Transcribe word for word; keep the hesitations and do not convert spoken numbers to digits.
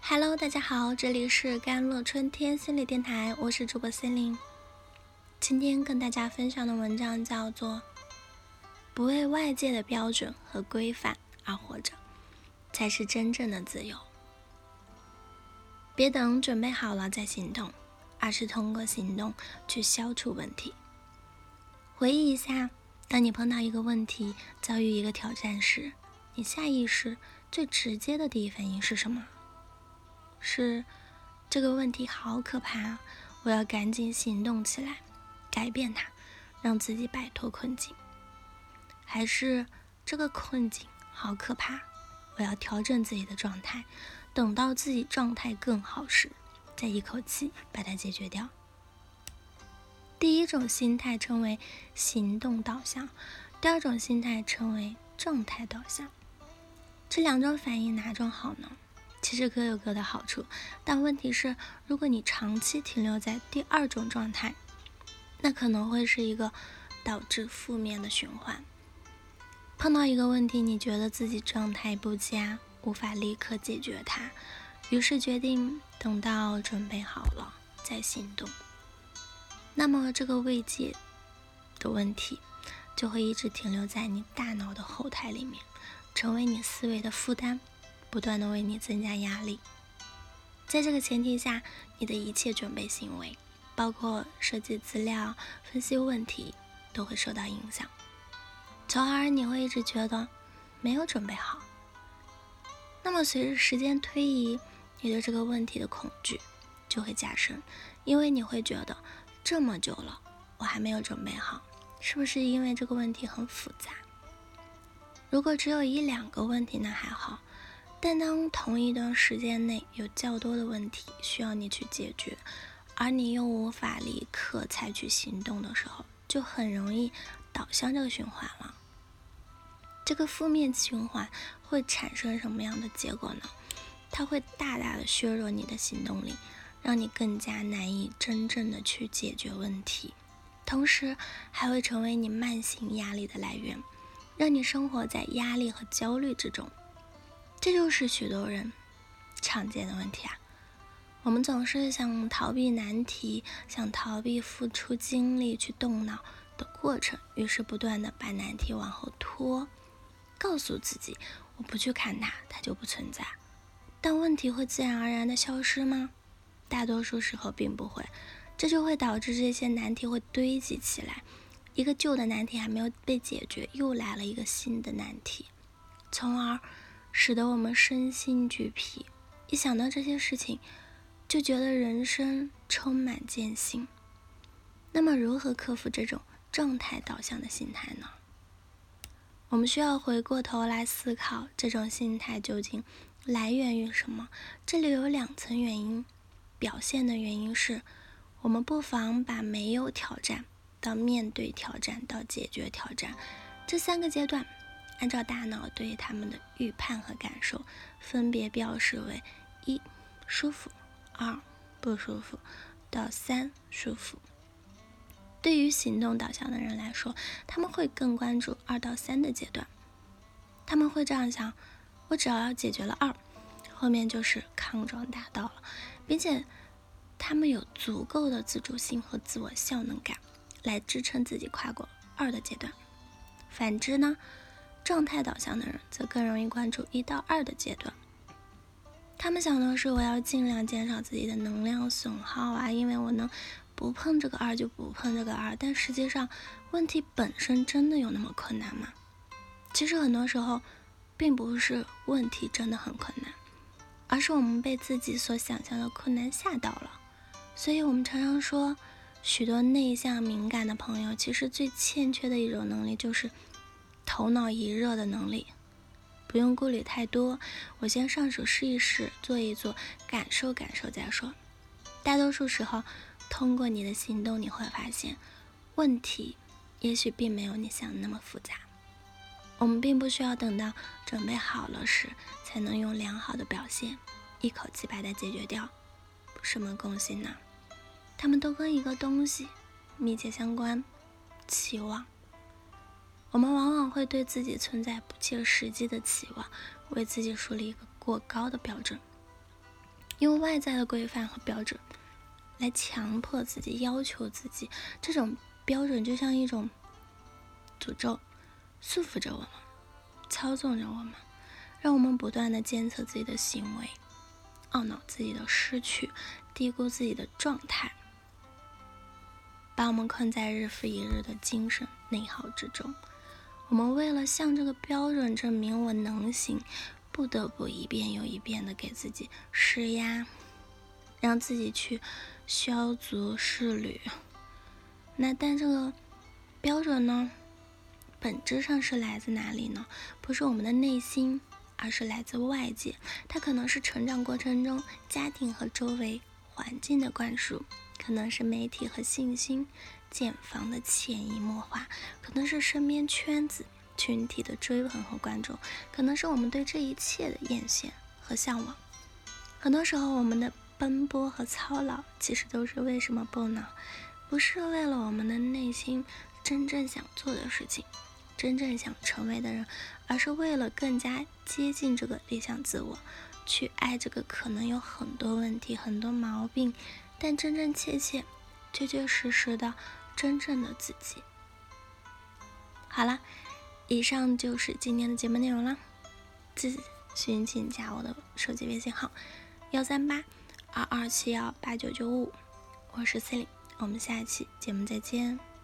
Hello，大家好，这里是甘乐春天心理电台，我是主播森林。今天跟大家分享的文章叫做不为外界的标准和规范而活着，才是真正的自由。别等准备好了再行动，而是通过行动去消除问题。回忆一下，当你碰到一个问题，遭遇一个挑战时，你下意识最直接的第一反应是什么？是这个问题好可怕，我要赶紧行动起来，改变它，让自己摆脱困境。还是这个困境好可怕，我要调整自己的状态，等到自己状态更好时，再一口气把它解决掉。第一种心态称为行动导向，第二种心态称为状态导向。这两种反应哪种好呢？其实各有各的好处，但问题是，如果你长期停留在第二种状态，那可能会是一个导致负面的循环。碰到一个问题，你觉得自己状态不佳，无法立刻解决它，于是决定等到准备好了再行动。那么这个未解的问题就会一直停留在你大脑的后台里面，成为你思维的负担，不断的为你增加压力。在这个前提下，你的一切准备行为，包括收集资料、分析问题，都会受到影响，从而你会一直觉得没有准备好。那么随着时间推移，你对这个问题的恐惧就会加深，因为你会觉得这么久了，我还没有准备好，是不是因为这个问题很复杂？如果只有一两个问题那还好，但当同一段时间内有较多的问题需要你去解决，而你又无法立刻采取行动的时候，就很容易导向这个循环了。这个负面循环会产生什么样的结果呢？它会大大的削弱你的行动力，让你更加难以真正的去解决问题，同时还会成为你慢性压力的来源，让你生活在压力和焦虑之中。这就是许多人常见的问题啊。我们总是想逃避难题，想逃避付出精力去动脑的过程，于是不断的把难题往后拖，告诉自己我不去看它，它就不存在。但问题会自然而然的消失吗？大多数时候并不会，这就会导致这些难题会堆积起来，一个旧的难题还没有被解决，又来了一个新的难题，从而使得我们身心俱疲，一想到这些事情就觉得人生充满艰辛。那么如何克服这种状态导向的心态呢？我们需要回过头来思考，这种心态究竟来源于什么？这里有两层原因。表现的原因是，我们不妨把没有挑战到面对挑战到解决挑战这三个阶段，按照大脑对他们的预判和感受，分别标示为一舒服，二不舒服，到三舒服。对于行动导向的人来说，他们会更关注二到三的阶段。他们会这样想，我只要解决了二，后面就是康庄大道了，并且他们有足够的自主性和自我效能感来支撑自己跨过二的阶段。反之呢，状态导向的人则更容易关注一到二的阶段。他们想的是，我要尽量减少自己的能量损耗啊，因为我能不碰这个二就不碰这个二。但实际上，问题本身真的有那么困难吗？其实很多时候并不是问题真的很困难，而是我们被自己所想象的困难吓到了。所以我们常常说，许多内向敏感的朋友其实最欠缺的一种能力就是头脑一热的能力。不用顾虑太多，我先上手试一试，做一做，感受感受再说。大多数时候，通过你的行动，你会发现问题也许并没有你想的那么复杂。我们并不需要等到准备好了时才能用良好的表现一口气把它解决掉。什么共性呢？它们都跟一个东西密切相关，期望。我们往往会对自己存在不切实际的期望，为自己树立一个过高的标准。 用外在的规范和标准来强迫自己，要求自己，这种标准就像一种诅咒，束缚着我们，操纵着我们，让我们不断的监测自己的行为，懊恼自己的失去，低估自己的状态，把我们困在日复一日的精神内耗之中。我们为了向这个标准证明我能行，不得不一遍又一遍的给自己施压，让自己去削足适履。那但这个标准呢，本质上是来自哪里呢？不是我们的内心，而是来自外界。它可能是成长过程中家庭和周围环境的灌输，可能是媒体和信息茧房的潜移默化，可能是身边圈子群体的追捧和关注，可能是我们对这一切的艳羡和向往。很多时候我们的奔波和操劳其实都是为什么不呢？不是为了我们的内心真正想做的事情，真正想成为的人，而是为了更加接近这个理想自我，去爱这个可能有很多问题很多毛病，但真真切切确确实实的真正的自己。好了，以上就是今天的节目内容了。咨询请加我的手机微信号幺三八二二七幺八九九五，我是 Celine， 我们下一期节目再见。